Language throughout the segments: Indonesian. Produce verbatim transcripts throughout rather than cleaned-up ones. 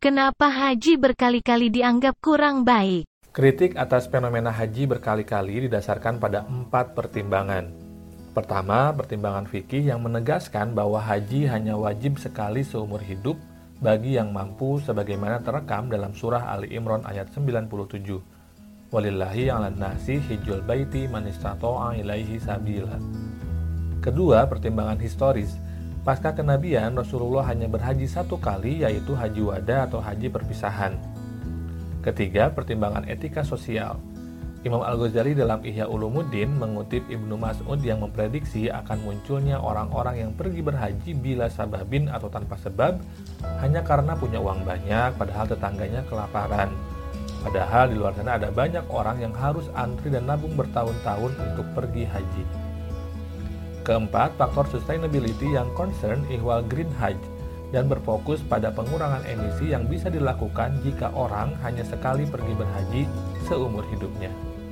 Kenapa haji berkali-kali dianggap kurang baik? Kritik atas fenomena haji berkali-kali didasarkan pada empat pertimbangan. Pertama, pertimbangan fikih yang menegaskan bahwa haji hanya wajib sekali seumur hidup bagi yang mampu sebagaimana terekam dalam surah Ali Imran ayat sembilan puluh tujuh. Walillahi 'alan nasi hijjul baiti man istata'a ilaihi sabila. Kedua, pertimbangan historis. Pasca kenabian, Rasulullah hanya berhaji satu kali, yaitu haji wada atau haji perpisahan. Ketiga, pertimbangan etika sosial. Imam Al-Ghazali dalam Ihya Ulumuddin mengutip Ibnu Mas'ud yang memprediksi akan munculnya orang-orang yang pergi berhaji bila sababin atau tanpa sebab, hanya karena punya uang banyak, padahal tetangganya kelaparan. Padahal di luar sana ada banyak orang yang harus antri dan nabung bertahun-tahun untuk pergi haji. Keempat, faktor sustainability yang concern ihwal green hajj dan berfokus pada pengurangan emisi yang bisa dilakukan jika orang hanya sekali pergi berhaji seumur hidupnya.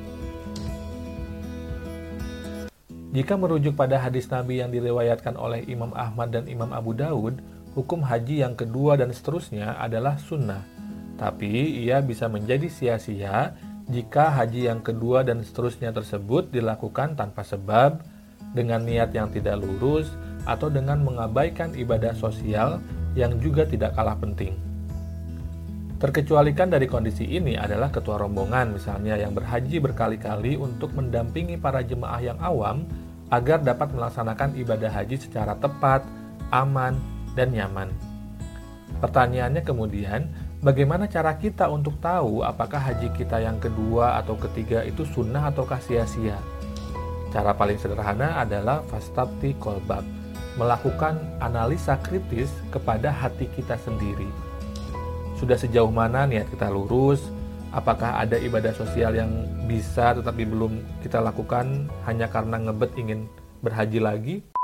Jika merujuk pada hadis Nabi yang diriwayatkan oleh Imam Ahmad dan Imam Abu Daud, hukum haji yang kedua dan seterusnya adalah sunnah. Tapi ia bisa menjadi sia-sia jika haji yang kedua dan seterusnya tersebut dilakukan tanpa sebab, dengan niat yang tidak lurus, atau dengan mengabaikan ibadah sosial yang juga tidak kalah penting. Terkecualikan dari kondisi ini adalah ketua rombongan misalnya yang berhaji berkali-kali untuk mendampingi para jemaah yang awam agar dapat melaksanakan ibadah haji secara tepat, aman, dan nyaman. Pertanyaannya kemudian, bagaimana cara kita untuk tahu apakah haji kita yang kedua atau ketiga itu sunnah ataukah sia-sia? Cara paling sederhana adalah fastabti kolbak, melakukan analisa kritis kepada hati kita sendiri. Sudah sejauh mana niat kita lurus? Apakah ada ibadah sosial yang bisa tetapi belum kita lakukan hanya karena ngebet ingin berhaji lagi?